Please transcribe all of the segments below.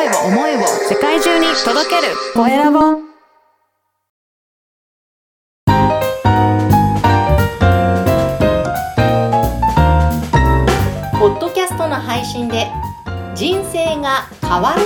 を世界中に届けるコエラボ。ポッドキャストの配信で人生が変わる。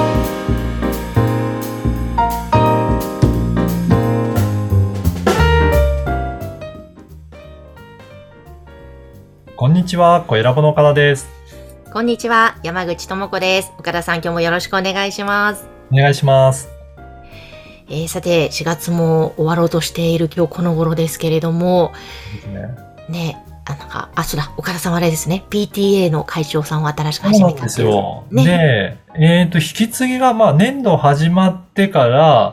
こんにちは、コエラボの岡田です。 こんにちは、山口智子です。岡田さん、今日もよろしくお願いします。 お願いします。 さて、4月も終わろうとしている今日この頃ですけれども、 ですね。 そうだ、岡田さんはあれですね、PTA の会長さんを新しく始めたんですよ。ね。で、引き継ぎが年度始まってから、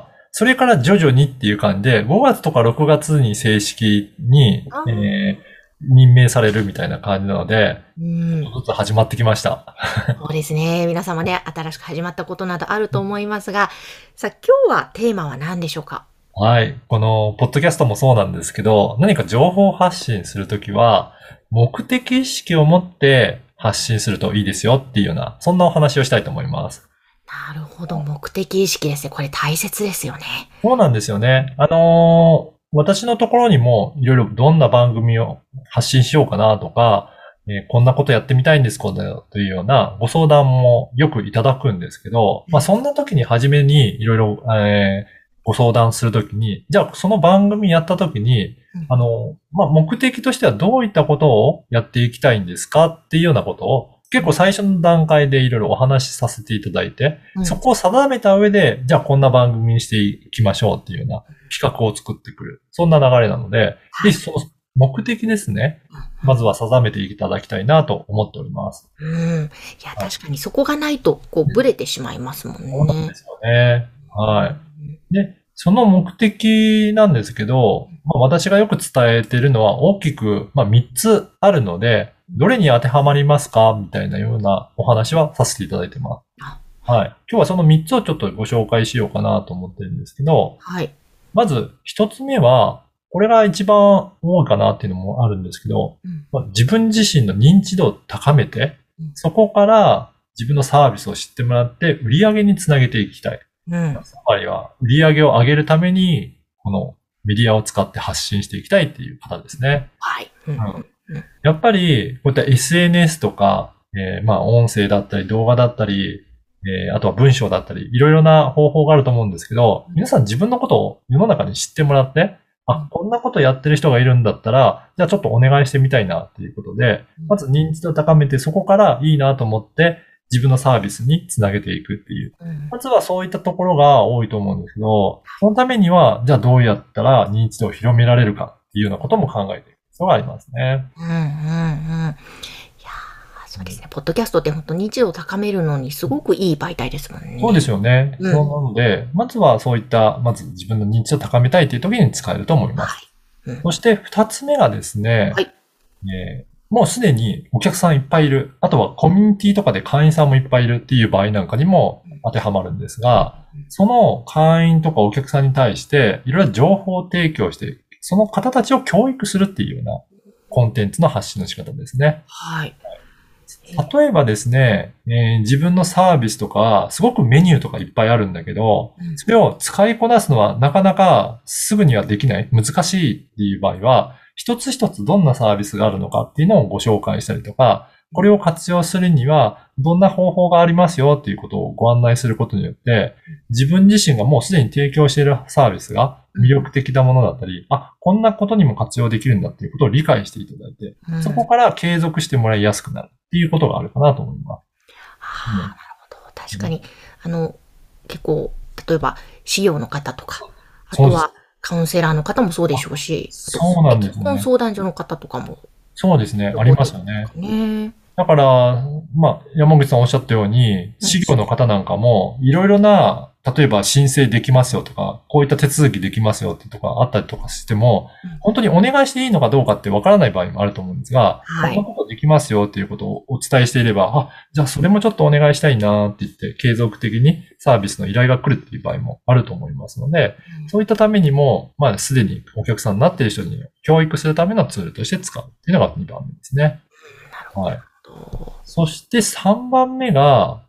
それから徐々にっていう感じで、5月とか6月に正式に、任命されるみたいな感じなので、ちょっとずつ始まってきました。 そうですね。皆様ね、新しく始まったことなどあると思いますが、さあ今日はテーマは何でしょうか？ はい。この、ポッドキャストもそうなんですけど、何か情報発信するときは、目的意識を持って発信するといいですよっていうような、そんなお話をしたいと思います。 なるほど。目的意識ですね。これ大切ですよね。 そうなんですよね。私のところにもいろいろどんな番組を発信しようかなとか、こんなことやってみたいんですというようなご相談もよくいただくんですけど、そんな時に初めにいろいろ、ご相談するときに、じゃあその番組やったときに、目的としてはどういったことをやっていきたいんですかっていうようなことを結構最初の段階でいろいろお話しさせていただいて、そこを定めた上で、じゃあこんな番組にしていきましょうっていうような企画を作ってくる。そんな流れなので、ぜひその目的ですね。まずは定めていただきたいなと思っております。 いや、確かにそこがないと、ブレてしまいますもんね。 そうなんですよね。はい。で、その目的なんですけど、私がよく伝えているのは大きく、3つあるので、どれに当てはまりますかみたいなようなお話はさせていただいてます。はい。今日はその3つをちょっとご紹介しようかなと思ってるんですけど、 はい。 まず1つ目は、これが一番多いかなっていうのもあるんですけど、自分自身の認知度を高めて、そこから自分のサービスを知ってもらって売り上げにつなげていきたい。つまりは売り上げを上げるために、このメディアを使って発信していきたいっていう方ですね。 はい。 やっぱり、こういった SNS とか、音声だったり動画だったり、あとは文章だったり、いろいろな方法があると思うんですけど、皆さん自分のことを世の中に知ってもらって、こんなことやってる人がいるんだったら、じゃあちょっとお願いしてみたいなっていうことで、まず認知度を高めて、そこからいいなと思って、自分のサービスにつなげていくっていう。まずはそういったところが多いと思うんですけど、そのためには、じゃあどうやったら認知度を広められるかっていうようなことも考えていく必要がありますね。 そうですね。ポッドキャストって本当に認知度を高めるのにすごくいい媒体ですもんね。 そうですよね。そうなので、まずはそういった、まず自分の認知度を高めたいという時に使えると思います。そして二つ目がですね、もうすでにお客さんいっぱいいる。あとはコミュニティとかで会員さんもいっぱいいるっていう場合なんかにも当てはまるんですが、その会員とかお客さんに対していろいろ情報を提供して、その方たちを教育するっていうようなコンテンツの発信の仕方ですね。 はい。 例えばですね、自分のサービスとか、すごくメニューとかいっぱいあるんだけど、それを使いこなすのはなかなかすぐにはできない、難しいっていう場合は、一つ一つどんなサービスがあるのかっていうのをご紹介したりとか、これを活用するには、どんな方法がありますよっていうことをご案内することによって、自分自身がもうすでに提供しているサービスが魅力的なものだったり、こんなことにも活用できるんだっていうことを理解していただいて、そこから継続してもらいやすくなるっていうことがあるかなと思います。 なるほど。確かに、結構、例えば、資料の方とか、あとはカウンセラーの方もそうでしょうし、 そうなんですね。 結婚相談所の方とかも。 そうですね。ありますよね。だから、山口さんおっしゃったように、資料の方なんかも、いろいろな、例えば申請できますよとか、こういった手続きできますよってとかあったりとかしても、本当にお願いしていいのかどうかってわからない場合もあると思うんですが、こんなことできますよっていうことをお伝えしていれば、じゃあそれもちょっとお願いしたいなって言って、継続的にサービスの依頼が来るっていう場合もあると思いますので、そういったためにも、すでにお客さんになっている人に教育するためのツールとして使うっていうのが2番目ですね。はい。そして3番目が、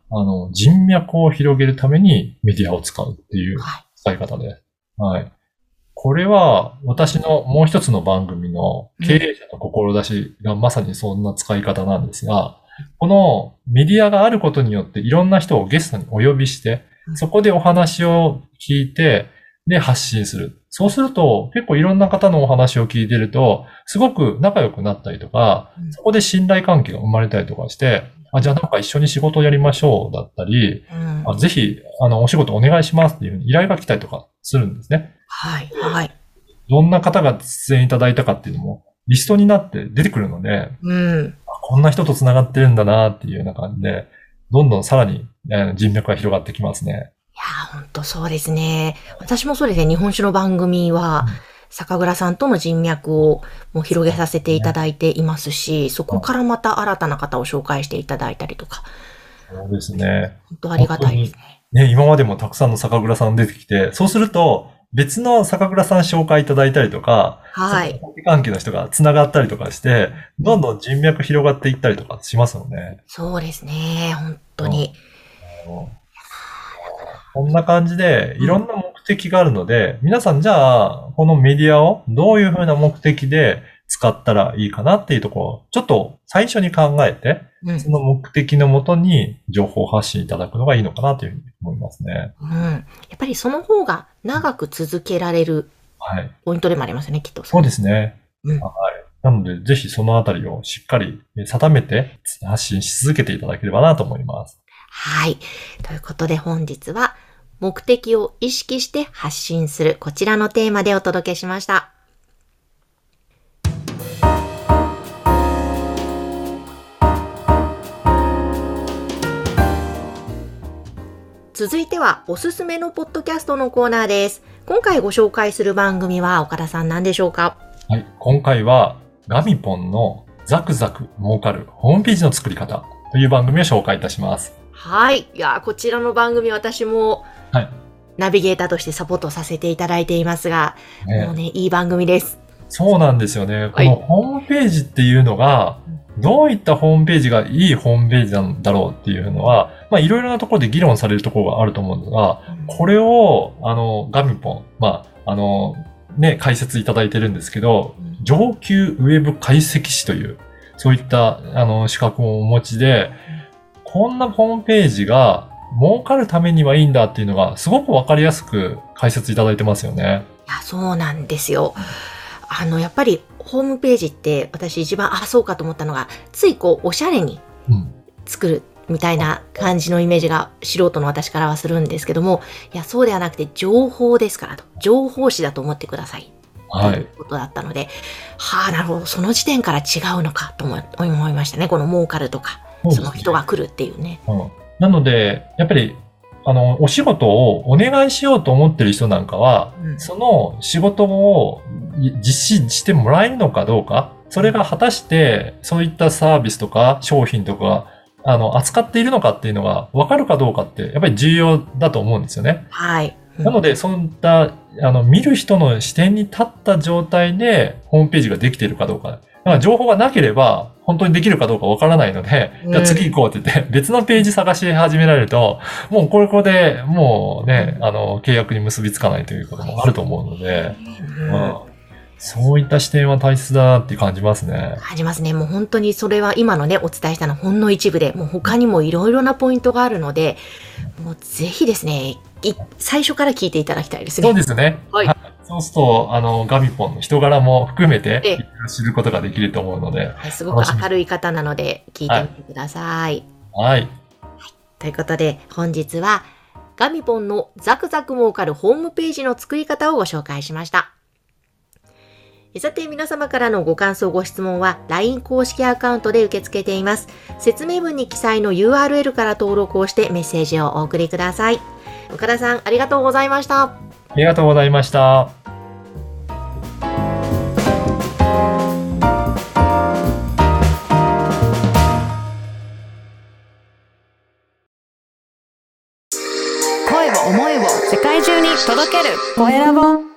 人脈を広げるためにメディアを使うっていうはい。 使い方です。はい。これは私のもう一つの番組の経営者の志がまさにそんな使い方なんですが、このメディアがあることによっていろんな人をゲストにお呼びして、そこでお話を聞いて、で発信する。そうすると結構いろんな方のお話を聞いてると、すごく仲良くなったりとか、そこで信頼関係が生まれたりとかして、じゃあなんか一緒に仕事をやりましょうだったり、ぜひ、お仕事お願いしますっていうふうに依頼が来たりとかするんですね。 はい。はい。 どんな方が出演いただいたかっていうのもリストになって出てくるので、こんな人と繋がってるんだなっていうような感じで、どんどんさらに人脈が広がってきますね。 いやー、ほんとそうですね。私もそうですね、日本酒の番組は、酒蔵さんとの人脈をもう広げさせていただいていますし、そこからまた新たな方を紹介していただいたりとか。 そうですね。 本当ありがたいですね。ね、今までもたくさんの酒蔵さん出てきて、そうすると、別の酒蔵さん紹介いただいたりとか、 はい。 関係の人が繋がったりとかして、どんどん人脈広がっていったりとかしますので。 そうですね、本当に。 こんな感じで、いろんな目的があるので、皆さんじゃあ、このメディアをどういうふうな目的で使ったらいいかなっていうところを、ちょっと最初に考えて、その目的のもとに情報発信いただくのがいいのかなというふうに思いますね。 やっぱりその方が長く続けられるポイントでもありますね、きっと。 そうですね。はい。なので、ぜひそのあたりをしっかり定めて発信し続けていただければなと思います。 はい。ということで本日は、目的を意識して発信する、こちらのテーマでお届けしました。続いては、おすすめのポッドキャストのコーナーです。今回ご紹介する番組は岡田さん何でしょうか？ はい。今回は、ガミポンのザクザク儲かるホームページの作り方という番組を紹介いたします。 はい。いや、こちらの番組私も、ナビゲーターとしてサポートさせていただいていますが、もうね、いい番組です。 そうなんですよね。このホームページっていうのが、どういったホームページがいいホームページなんだろうっていうのは、いろいろなところで議論されるところがあると思うんですが、これを、ガミポン、解説いただいてるんですけど、上級ウェブ解析士という、そういった、資格をお持ちで、こんなホームページが儲かるためにはいいんだっていうのが、すごくわかりやすく解説いただいてますよね。 いや、そうなんですよ。やっぱり、ホームページって私一番、そうかと思ったのが、ついおしゃれに作るみたいな感じのイメージが素人の私からはするんですけども、いや、そうではなくて情報ですからと。情報誌だと思ってください。ということだったので、なるほど。その時点から違うのかと思いましたね。この儲かるとか、その人が来るっていうね。 なので、やっぱり、お仕事をお願いしようと思ってる人なんかは、その仕事を実施してもらえるのかどうか、それが果たして、そういったサービスとか商品とか、扱っているのかっていうのが分かるかどうかって、やっぱり重要だと思うんですよね。 はい。 なので、そういった、見る人の視点に立った状態で、ホームページができているかどうか。だから情報がなければ、本当にできるかどうかわからないので、じゃあ次行こうって言って、別のページ探し始められると、もうこれでもうね、契約に結びつかないということもあると思うので、そういった視点は大切だなって感じますね。 感じますね。もう本当にそれは今のね、お伝えしたのほんの一部で、もう他にもいろいろなポイントがあるので、もうぜひですね、最初から聞いていただきたいですね。 そうですね。はい。そうすると、ガミポンの人柄も含めて、知ることができると思うので。 すごく明るい方なので、聞いてみてください。 はい。 ということで、本日は、ガミポンのザクザク儲かるホームページの作り方をご紹介しました。さて、皆様からのご感想、ご質問は LINE 公式アカウントで受け付けています。説明文に記載の URL から登録をしてメッセージをお送りください。岡田さん、ありがとうございました。 ありがとうございました。 声を思いを世界中に届けるコエラボ。